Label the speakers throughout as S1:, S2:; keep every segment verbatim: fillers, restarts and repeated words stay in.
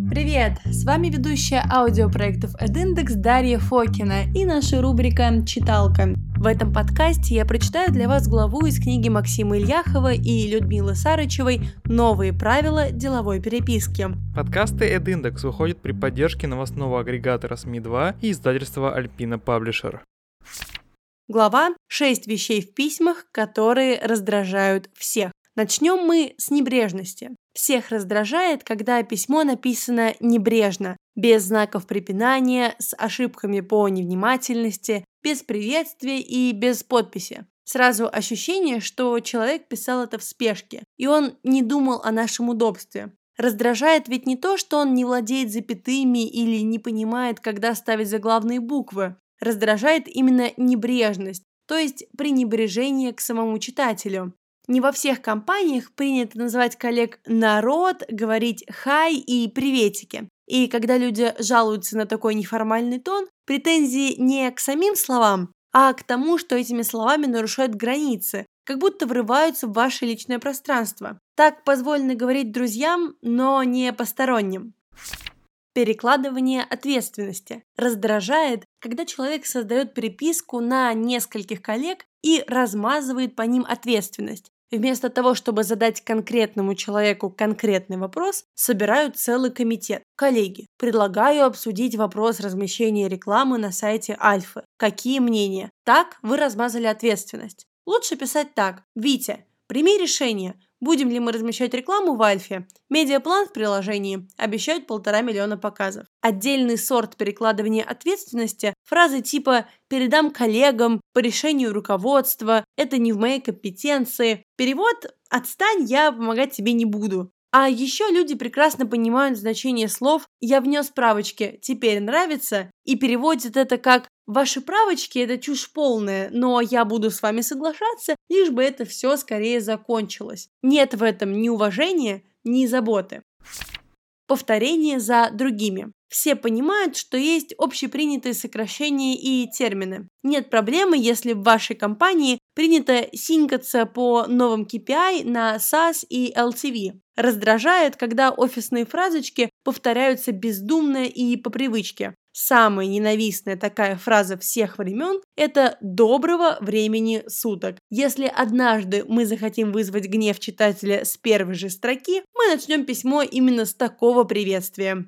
S1: Привет! С вами ведущая аудиопроектов Эдиндекс Дарья Фокина и наша рубрика «Читалка». В этом подкасте я прочитаю для вас главу из книги Максима Ильяхова и Людмилы Сарычевой «Новые правила деловой переписки».
S2: Подкасты Эдиндекс выходят при поддержке новостного агрегатора эс эм и два и издательства Альпина Паблишер.
S1: Глава «Шесть вещей в письмах, которые раздражают всех». Начнем мы с небрежности. Всех раздражает, когда письмо написано небрежно, без знаков препинания, с ошибками по невнимательности, без приветствия и без подписи. Сразу ощущение, что человек писал это в спешке, и он не думал о нашем удобстве. Раздражает ведь не то, что он не владеет запятыми или не понимает, когда ставить заглавные буквы. Раздражает именно небрежность, то есть пренебрежение к самому читателю. Не во всех компаниях принято называть коллег «народ», говорить «хай» и «приветики». И когда люди жалуются на такой неформальный тон, претензии не к самим словам, а к тому, что этими словами нарушают границы, как будто врываются в ваше личное пространство. Так позволено говорить друзьям, но не посторонним. Перекладывание ответственности. Раздражает, когда человек создает переписку на нескольких коллег и размазывает по ним ответственность. Вместо того, чтобы задать конкретному человеку конкретный вопрос, собирают целый комитет. Коллеги, предлагаю обсудить вопрос размещения рекламы на сайте Альфы. Какие мнения? Так вы размазали ответственность. Лучше писать так. Витя, прими решение. Будем ли мы размещать рекламу в Альфе? Медиаплан в приложении обещают полтора миллиона показов. Отдельный сорт перекладывания ответственности – фразы типа «передам коллегам», «по решению руководства», «это не в моей компетенции». Перевод «отстань, я помогать тебе не буду». А еще люди прекрасно понимают значение слов «я внес правочки, теперь нравится» и переводят это как «ваши правочки – это чушь полная, но я буду с вами соглашаться, лишь бы это все скорее закончилось». Нет в этом ни уважения, ни заботы. Повторение за другими. Все понимают, что есть общепринятые сокращения и термины. Нет проблемы, если в вашей компании принято синькаться по новым кей пи ай на сас и эл ти ви. Раздражает, когда офисные фразочки повторяются бездумно и по привычке. Самая ненавистная такая фраза всех времен – это «доброго времени суток». Если однажды мы захотим вызвать гнев читателя с первой же строки, мы начнем письмо именно с такого приветствия.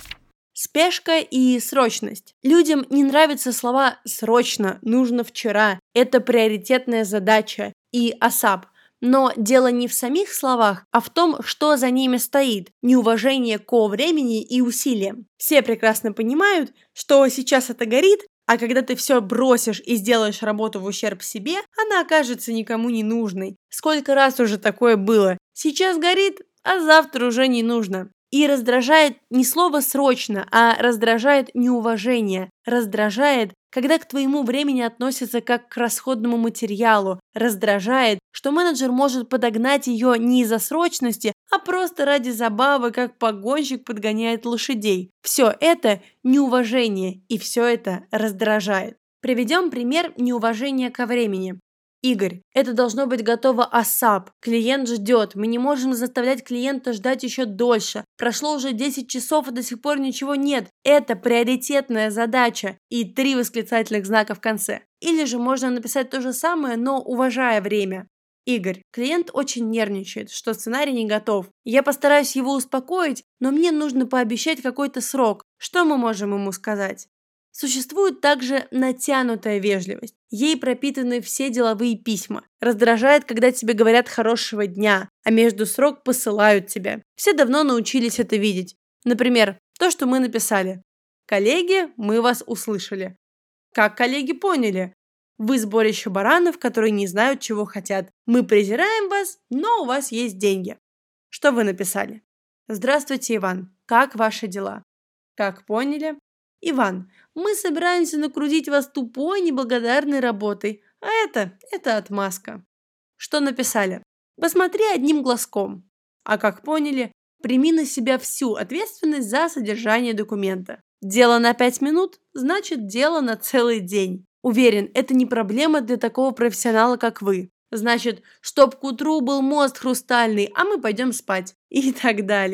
S1: Спешка и срочность. Людям не нравятся слова «срочно», «нужно вчера», «это приоритетная задача» и «асап». Но дело не в самих словах, а в том, что за ними стоит – неуважение ко времени и усилиям. Все прекрасно понимают, что сейчас это горит, а когда ты все бросишь и сделаешь работу в ущерб себе, она окажется никому не нужной. Сколько раз уже такое было? Сейчас горит, а завтра уже не нужно. И раздражает не слово «срочно», а раздражает неуважение. Раздражает, когда к твоему времени относятся как к расходному материалу. Раздражает, что менеджер может подогнать ее не из-за срочности, а просто ради забавы, как погонщик подгоняет лошадей. Все это неуважение, и все это раздражает. Приведем пример неуважения ко времени. Игорь, это должно быть готово асап. Клиент ждет. Мы не можем заставлять клиента ждать еще дольше. Прошло уже десять часов, и до сих пор ничего нет. Это приоритетная задача. И три восклицательных знака в конце. Или же можно написать то же самое, но уважая время. Игорь, клиент очень нервничает, что сценарий не готов. Я постараюсь его успокоить, но мне нужно пообещать какой-то срок. Что мы можем ему сказать? Существует также натянутая вежливость. Ей пропитаны все деловые письма. Раздражает, когда тебе говорят «хорошего дня», а между строк посылают тебя. Все давно научились это видеть. Например, то, что мы написали. «Коллеги, мы вас услышали». Как коллеги поняли? Вы сборище баранов, которые не знают, чего хотят. Мы презираем вас, но у вас есть деньги. Что вы написали? «Здравствуйте, Иван. Как ваши дела?» Как поняли? Иван, мы собираемся накрутить вас тупой, неблагодарной работой, а это, это отмазка. Что написали? Посмотри одним глазком. А как поняли, прими на себя всю ответственность за содержание документа. Дело на пять минут, значит дело на целый день. Уверен, это не проблема для такого профессионала, как вы. Значит, чтоб к утру был мост хрустальный, а мы пойдем спать. И так далее.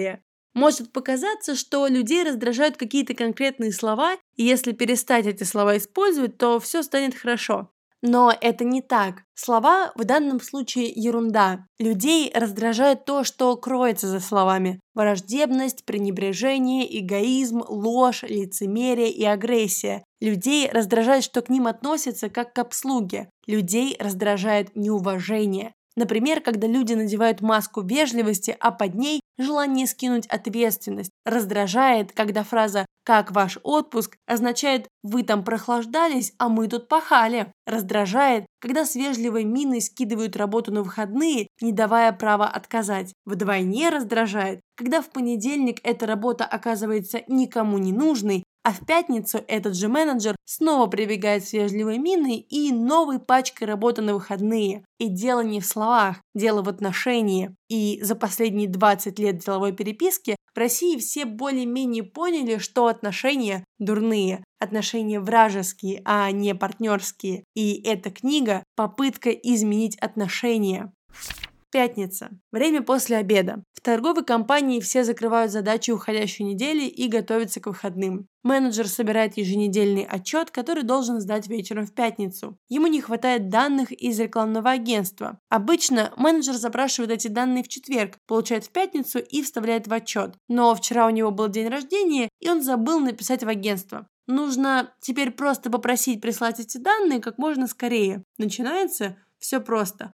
S1: Может показаться, что людей раздражают какие-то конкретные слова, и если перестать эти слова использовать, то все станет хорошо. Но это не так. Слова в данном случае ерунда. Людей раздражает то, что кроется за словами. Враждебность, пренебрежение, эгоизм, ложь, лицемерие и агрессия. Людей раздражает, что к ним относятся как к обслуге. Людей раздражает неуважение. Например, когда люди надевают маску вежливости, а под ней желание скинуть ответственность. Раздражает, когда фраза «как ваш отпуск» означает «вы там прохлаждались, а мы тут пахали». Раздражает, когда с вежливой миной скидывают работу на выходные, не давая права отказать. Вдвойне раздражает, когда в понедельник эта работа оказывается никому не нужной, а в пятницу этот же менеджер снова прибегает с вежливой миной и новой пачкой работы на выходные. И дело не в словах, дело в отношении. И за последние двадцать лет деловой переписки в России все более-менее поняли, что отношения дурные, отношения вражеские, а не партнерские. И эта книга – попытка изменить отношения. Пятница. Время после обеда. В торговой компании все закрывают задачи уходящей недели и готовятся к выходным. Менеджер собирает еженедельный отчет, который должен сдать вечером в пятницу. Ему не хватает данных из рекламного агентства. Обычно менеджер запрашивает эти данные в четверг, получает в пятницу и вставляет в отчет. Но вчера у него был день рождения, и он забыл написать в агентство. Нужно теперь просто попросить прислать эти данные как можно скорее. Начинается все просто.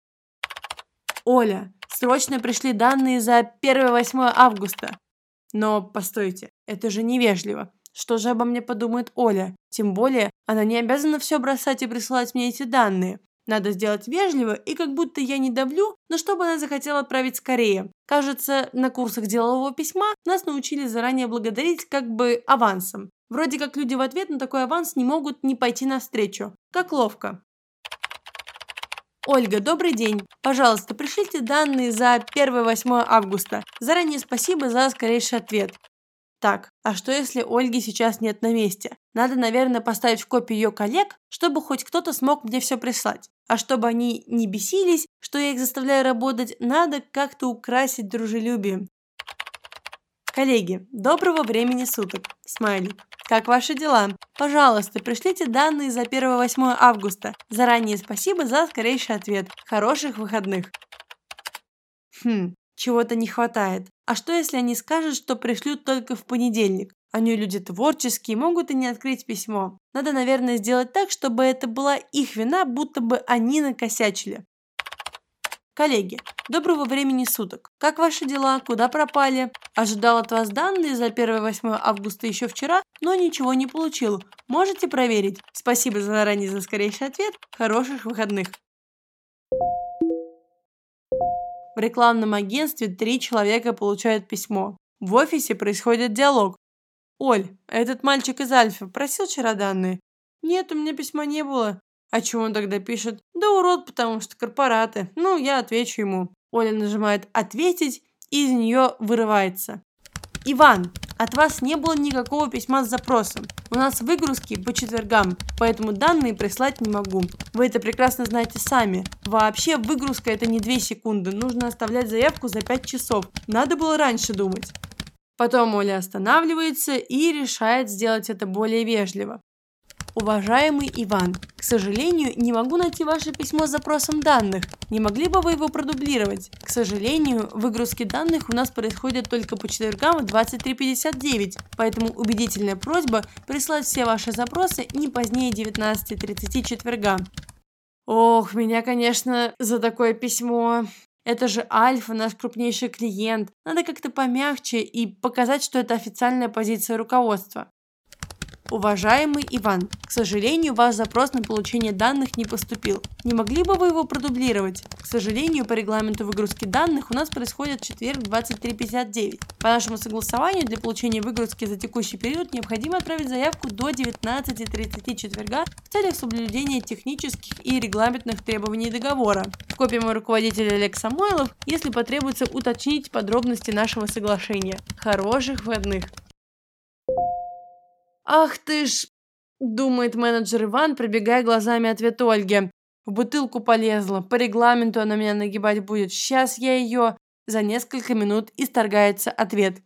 S1: Оля, срочно пришли данные за первое-восьмое августа. Но постойте, это же невежливо. Что же обо мне подумает Оля? Тем более, она не обязана все бросать и присылать мне эти данные. Надо сделать вежливо и как будто я не давлю, но чтобы она захотела отправить скорее. Кажется, на курсах делового письма нас научили заранее благодарить как бы авансом. Вроде как люди в ответ на такой аванс не могут не пойти навстречу. Как ловко. Ольга, добрый день. Пожалуйста, пришлите данные за первое-восьмое августа. Заранее спасибо за скорейший ответ. Так, а что если Ольги сейчас нет на месте? Надо, наверное, поставить в копию ее коллег, чтобы хоть кто-то смог мне все прислать. А чтобы они не бесились, что я их заставляю работать, надо как-то украсить дружелюбием. Коллеги, доброго времени суток. Смайлик. Как ваши дела? Пожалуйста, пришлите данные за первое-восьмое августа. Заранее спасибо за скорейший ответ. Хороших выходных. Хм, чего-то не хватает. А что если они скажут, что пришлют только в понедельник? Они люди творческие, могут и не открыть письмо. Надо, наверное, сделать так, чтобы это была их вина, будто бы они накосячили. Коллеги, доброго времени суток. Как ваши дела? Куда пропали? Ожидал от вас данные за первое-восьмое августа еще вчера, но ничего не получил. Можете проверить? Спасибо заранее за скорейший ответ. Хороших выходных. В рекламном агентстве три человека получают письмо. В офисе происходит диалог. Оль, этот мальчик из Альфа просил вчера данные? Нет, у меня письма не было. А чего он тогда пишет? Да урод, потому что корпораты. Ну, я отвечу ему. Оля нажимает «Ответить», и из нее вырывается. Иван, от вас не было никакого письма с запросом. У нас выгрузки по четвергам, поэтому данные прислать не могу. Вы это прекрасно знаете сами. Вообще выгрузка это не две секунды. Нужно оставлять заявку за пять часов. Надо было раньше думать. Потом Оля останавливается и решает сделать это более вежливо. Уважаемый Иван, к сожалению, не могу найти ваше письмо с запросом данных. Не могли бы вы его продублировать? К сожалению, выгрузки данных у нас происходят только по четвергам в двадцать три пятьдесят девять, поэтому убедительная просьба прислать все ваши запросы не позднее девятнадцати тридцати четверга. Ох, меня, конечно, за такое письмо. Это же Альфа, наш крупнейший клиент. Надо как-то помягче и показать, что это официальная позиция руководства. Уважаемый Иван, к сожалению, ваш запрос на получение данных не поступил. Не могли бы вы его продублировать? К сожалению, по регламенту выгрузки данных у нас происходит в четверг в двадцать три пятьдесят девять. По нашему согласованию, для получения выгрузки за текущий период необходимо отправить заявку до девятнадцати тридцати четверга в целях соблюдения технических и регламентных требований договора. В копии мой руководитель Олег Самойлов, если потребуется уточнить подробности нашего соглашения. Хороших выходных! «Ах ты ж!» – думает менеджер Иван, пробегая глазами ответ Ольги. «В бутылку полезла. По регламенту она меня нагибать будет. Сейчас я ее...» За несколько минут исторгается ответ.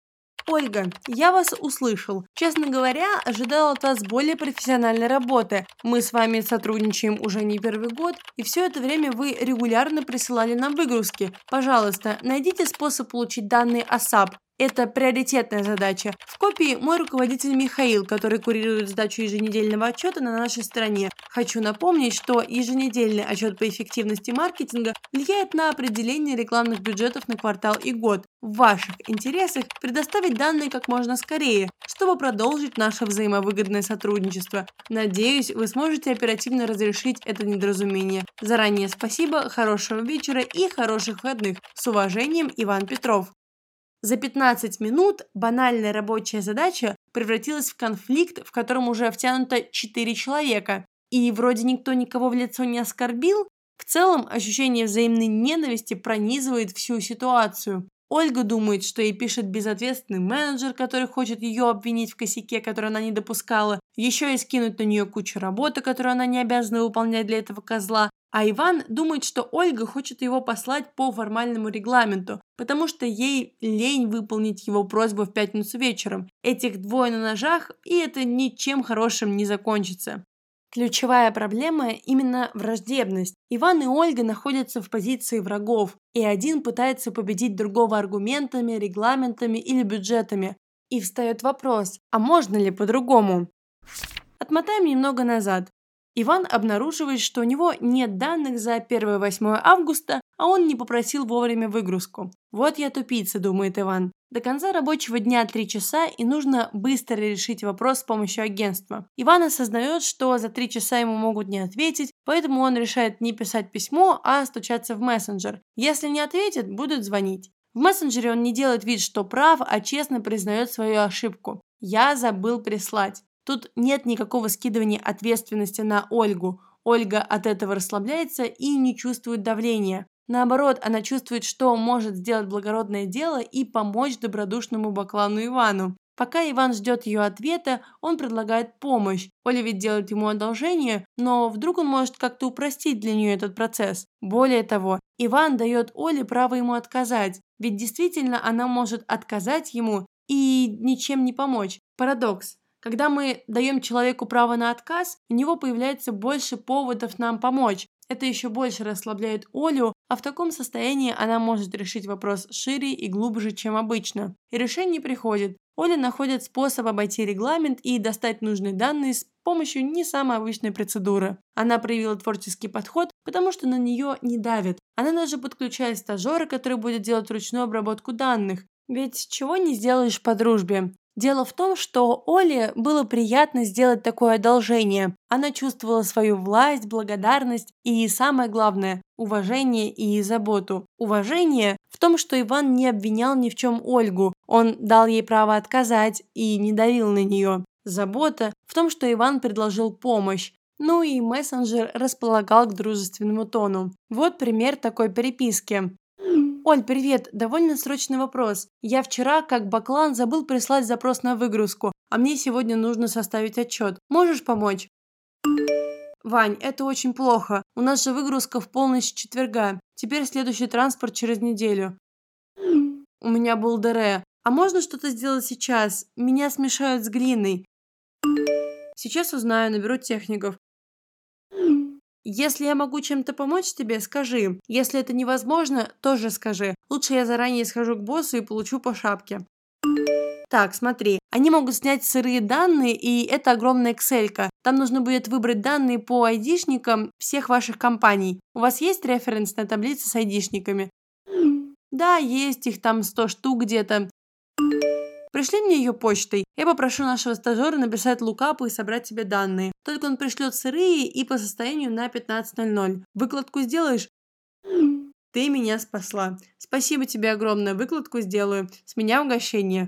S1: Ольга, я вас услышал. Честно говоря, ожидал от вас более профессиональной работы. Мы с вами сотрудничаем уже не первый год, и все это время вы регулярно присылали нам выгрузки. Пожалуйста, найдите способ получить данные о САП. Это приоритетная задача. В копии мой руководитель Михаил, который курирует сдачу еженедельного отчета на нашей стороне. Хочу напомнить, что еженедельный отчет по эффективности маркетинга влияет на определение рекламных бюджетов на квартал и год. В ваших интересах предоставить данные как можно скорее, чтобы продолжить наше взаимовыгодное сотрудничество. Надеюсь, вы сможете оперативно разрешить это недоразумение. Заранее спасибо, хорошего вечера и хороших выходных. С уважением, Иван Петров. За пятнадцать минут банальная рабочая задача превратилась в конфликт, в котором уже втянуто четыре человека. И вроде никто никого в лицо не оскорбил. В целом ощущение взаимной ненависти пронизывает всю ситуацию. Ольга думает, что ей пишет безответственный менеджер, который хочет ее обвинить в косяке, который она не допускала, еще и скинуть на нее кучу работы, которую она не обязана выполнять для этого козла. А Иван думает, что Ольга хочет его послать по формальному регламенту, потому что ей лень выполнить его просьбу в пятницу вечером. Этих двое на ножах, и это ничем хорошим не закончится. Ключевая проблема именно враждебность. Иван и Ольга находятся в позиции врагов, и один пытается победить другого аргументами, регламентами или бюджетами. И встает вопрос, а можно ли по-другому? Отмотаем немного назад. Иван обнаруживает, что у него нет данных за первое-восьмое августа, а он не попросил вовремя выгрузку. Вот я тупица, думает Иван. До конца рабочего дня три часа, и нужно быстро решить вопрос с помощью агентства. Иван осознает, что за три часа ему могут не ответить, поэтому он решает не писать письмо, а стучаться в мессенджер. Если не ответит, будут звонить. В мессенджере он не делает вид, что прав, а честно признает свою ошибку. «Я забыл прислать». Тут нет никакого скидывания ответственности на Ольгу. Ольга от этого расслабляется и не чувствует давления. Наоборот, она чувствует, что может сделать благородное дело и помочь добродушному баклану Ивану. Пока Иван ждет ее ответа, он предлагает помощь. Оля ведь делает ему одолжение, но вдруг он может как-то упростить для нее этот процесс. Более того, Иван дает Оле право ему отказать, ведь действительно она может отказать ему и ничем не помочь. Парадокс. Когда мы даем человеку право на отказ, у него появляется больше поводов нам помочь. Это еще больше расслабляет Олю, а в таком состоянии она может решить вопрос шире и глубже, чем обычно. И решение приходит. Оля находит способ обойти регламент и достать нужные данные с помощью не самой обычной процедуры. Она проявила творческий подход, потому что на нее не давят. Она даже подключает стажера, который будет делать ручную обработку данных. Ведь чего не сделаешь по дружбе. Дело в том, что Оле было приятно сделать такое одолжение. Она чувствовала свою власть, благодарность и, самое главное, уважение и заботу. Уважение в том, что Иван не обвинял ни в чем Ольгу, он дал ей право отказать и не давил на нее. Забота в том, что Иван предложил помощь. Ну и мессенджер располагал к дружественному тону. Вот пример такой переписки. «Оль, привет, довольно срочный вопрос. Я вчера, как баклан, забыл прислать запрос на выгрузку, а мне сегодня нужно составить отчет. Можешь помочь?» «Вань, это очень плохо. У нас же выгрузка в полночь четверга. Теперь следующий транспорт через неделю. У меня был ДР. А можно что-то сделать сейчас? Меня смешают с глиной. Сейчас узнаю, наберу техников. Если я могу чем-то помочь тебе, скажи. Если это невозможно, тоже скажи. Лучше я заранее схожу к боссу и получу по шапке». Так, смотри, они могут снять сырые данные, и это огромная экселька. Там нужно будет выбрать данные по айдишникам всех ваших компаний. У вас есть референсная таблица с айдишниками? Да, есть, их там сто штук где-то. Пришли мне ее почтой. Я попрошу нашего стажера написать лукапы и собрать тебе данные. Только он пришлет сырые и по состоянию на пятнадцать ноль ноль. Выкладку сделаешь? Ты меня спасла. Спасибо тебе огромное. Выкладку сделаю. С меня угощение.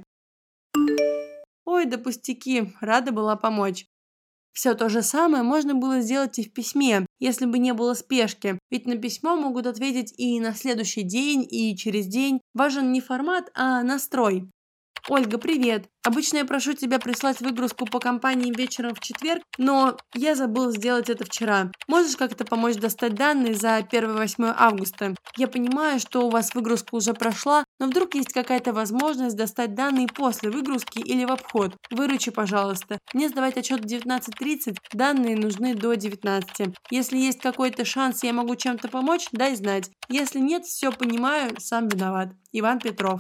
S1: Ой, да пустяки. Рада была помочь. Все то же самое можно было сделать и в письме, если бы не было спешки. Ведь на письмо могут ответить и на следующий день, и через день. Важен не формат, а настрой. Ольга, привет. Обычно я прошу тебя прислать выгрузку по компании вечером в четверг, но я забыл сделать это вчера. Можешь как-то помочь достать данные за первое-восьмое августа? Я понимаю, что у вас выгрузка уже прошла, но вдруг есть какая-то возможность достать данные после выгрузки или в обход. Выручи, пожалуйста. Мне сдавать отчет в девятнадцать тридцать, данные нужны до девятнадцати. Если есть какой-то шанс, я могу чем-то помочь, дай знать. Если нет, все понимаю, сам виноват. Иван Петров.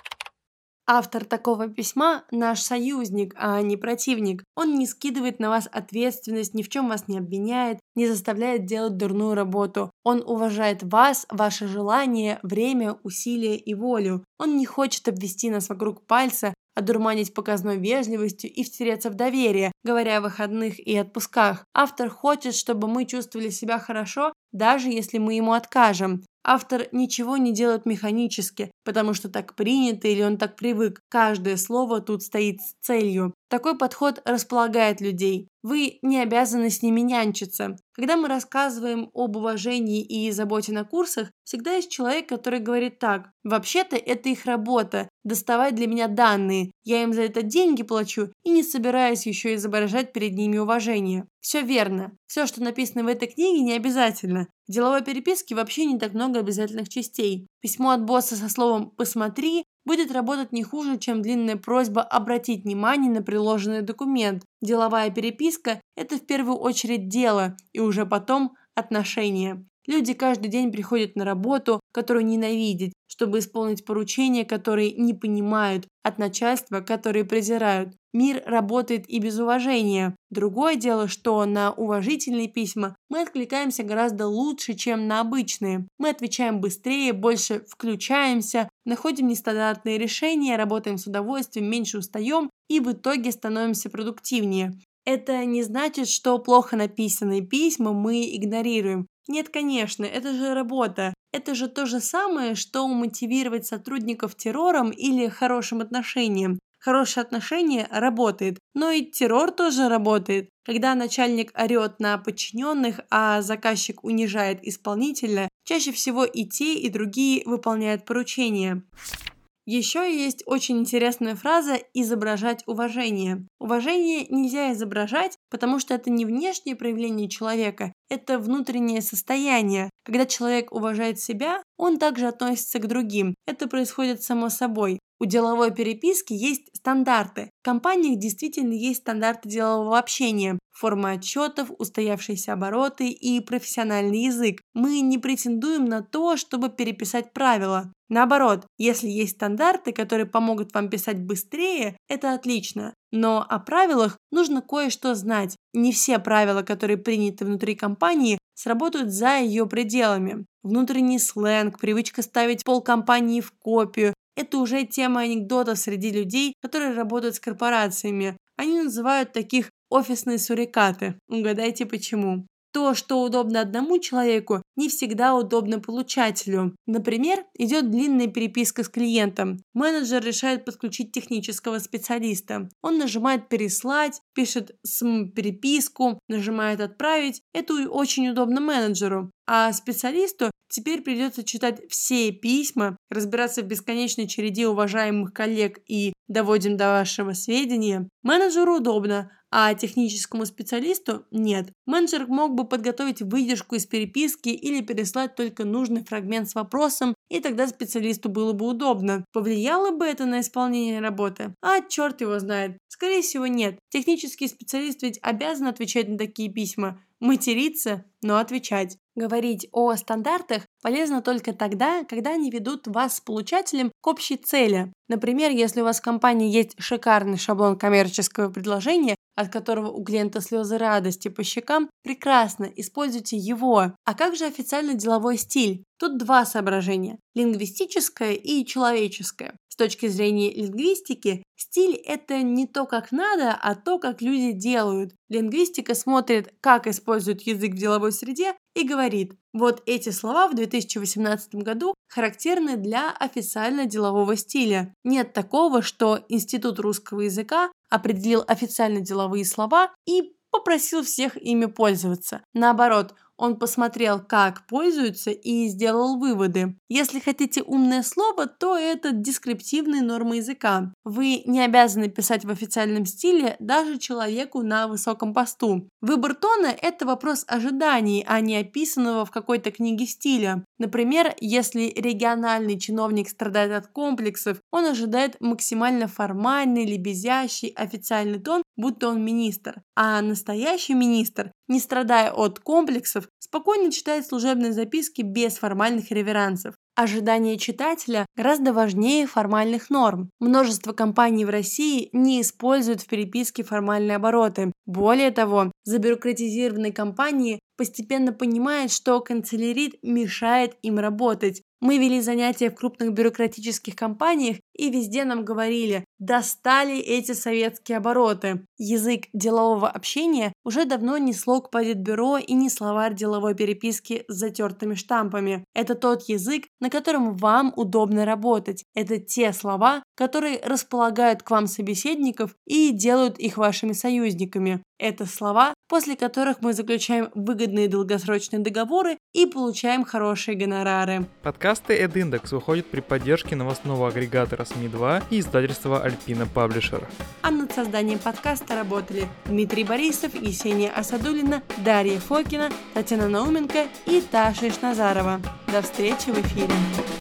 S1: Автор такого письма – наш союзник, а не противник. Он не скидывает на вас ответственность, ни в чем вас не обвиняет, не заставляет делать дурную работу. Он уважает вас, ваши желания, время, усилия и волю. Он не хочет обвести нас вокруг пальца, одурманить показной вежливостью и втереться в доверие, говоря о выходных и отпусках. Автор хочет, чтобы мы чувствовали себя хорошо, даже если мы ему откажем. Автор ничего не делает механически, потому что так принято или он так привык. Каждое слово тут стоит с целью. Такой подход располагает людей. Вы не обязаны с ними нянчиться. Когда мы рассказываем об уважении и заботе на курсах, всегда есть человек, который говорит так: «Вообще-то это их работа, доставать для меня данные. Я им за это деньги плачу и не собираюсь еще изображать перед ними уважение». Все верно. Все, что написано в этой книге, не обязательно. В деловой переписке вообще не так много обязательных частей. Письмо от босса со словом «посмотри» будет работать не хуже, чем длинная просьба обратить внимание на приложенный документ. Деловая переписка – это в первую очередь дело, и уже потом отношения. Люди каждый день приходят на работу, которую ненавидят, чтобы исполнить поручения, которые не понимают, от начальства, которые презирают. Мир работает и без уважения. Другое дело, что на уважительные письма мы откликаемся гораздо лучше, чем на обычные. Мы отвечаем быстрее, больше включаемся, находим нестандартные решения, работаем с удовольствием, меньше устаем и в итоге становимся продуктивнее. Это не значит, что плохо написанные письма мы игнорируем. Нет, конечно, это же работа. Это же то же самое, что мотивировать сотрудников террором или хорошим отношением. Хорошее отношение работает, но и террор тоже работает. Когда начальник орет на подчиненных, а заказчик унижает исполнителя, чаще всего и те, и другие выполняют поручения. Еще есть очень интересная фраза «изображать уважение». Уважение нельзя изображать, потому что это не внешнее проявление человека, это внутреннее состояние. Когда человек уважает себя, он также относится к другим. Это происходит само собой. У деловой переписки есть стандарты. В компаниях действительно есть стандарты делового общения. Форма отчетов, устоявшиеся обороты и профессиональный язык. Мы не претендуем на то, чтобы переписать правила. Наоборот, если есть стандарты, которые помогут вам писать быстрее, это отлично. Но о правилах нужно кое-что знать. Не все правила, которые приняты внутри компании, сработают за ее пределами. Внутренний сленг, привычка ставить полкомпании в копию – это уже тема анекдотов среди людей, которые работают с корпорациями. Они называют таких офисные сурикаты. Угадайте почему. То, что удобно одному человеку, не всегда удобно получателю. Например, идет длинная переписка с клиентом. Менеджер решает подключить технического специалиста. Он нажимает «переслать», пишет «см переписку», нажимает «отправить». Это очень удобно менеджеру. А специалисту теперь придется читать все письма, разбираться в бесконечной череде уважаемых коллег и «доводим до вашего сведения». Менеджеру удобно, а техническому специалисту нет. Менеджер мог бы подготовить выдержку из переписки или переслать только нужный фрагмент с вопросом, и тогда специалисту было бы удобно. Повлияло бы это на исполнение работы? А черт его знает. Скорее всего, нет. Технический специалист ведь обязан отвечать на такие письма. Материться, но отвечать. Говорить о стандартах полезно только тогда, когда они ведут вас с получателем к общей цели. Например, если у вас в компании есть шикарный шаблон коммерческого предложения, от которого у клиента слезы радости по щекам, прекрасно, используйте его. А как же официальный деловой стиль? Тут два соображения – лингвистическое и человеческое. С точки зрения лингвистики, стиль – это не то, как надо, а то, как люди делают. Лингвистика смотрит, как используют язык в деловой среде, и говорит: вот эти слова в две тысячи восемнадцатом году характерны для официально-делового стиля. Нет такого, что Институт русского языка определил официально-деловые слова и попросил всех ими пользоваться. Наоборот, Он посмотрел, как пользуются, и сделал выводы. Если хотите умное слово, то это дескриптивные нормы языка. Вы не обязаны писать в официальном стиле даже человеку на высоком посту. Выбор тона – это вопрос ожиданий, а не описанного в какой-то книге стиля. Например, если региональный чиновник страдает от комплексов, он ожидает максимально формальный, лебезящий, официальный тон, будто он министр. А настоящий министр, не страдая от комплексов, спокойно читает служебные записки без формальных реверансов. Ожидание читателя гораздо важнее формальных норм. Множество компаний в России не используют в переписке формальные обороты. Более того, забюрократизированные компании постепенно понимают, что канцелярит мешает им работать. Мы вели занятия в крупных бюрократических компаниях, и везде нам говорили: достали эти советские обороты. Язык делового общения уже давно не слог политбюро и не словарь деловой переписки с затертыми штампами. Это тот язык, на котором вам удобно работать. Это те слова, которые располагают к вам собеседников и делают их вашими союзниками. Это слова, после которых мы заключаем выгодные долгосрочные договоры и получаем хорошие гонорары.
S2: Подкасты EdIndex выходят при поддержке новостного агрегатора СМИ два и издательства Alpina Publisher.
S1: А над созданием подкаста работали Дмитрий Борисов, Есения Асадуллина, Дарья Фокина, Татьяна Науменко и Таша Ишназарова. До встречи в эфире!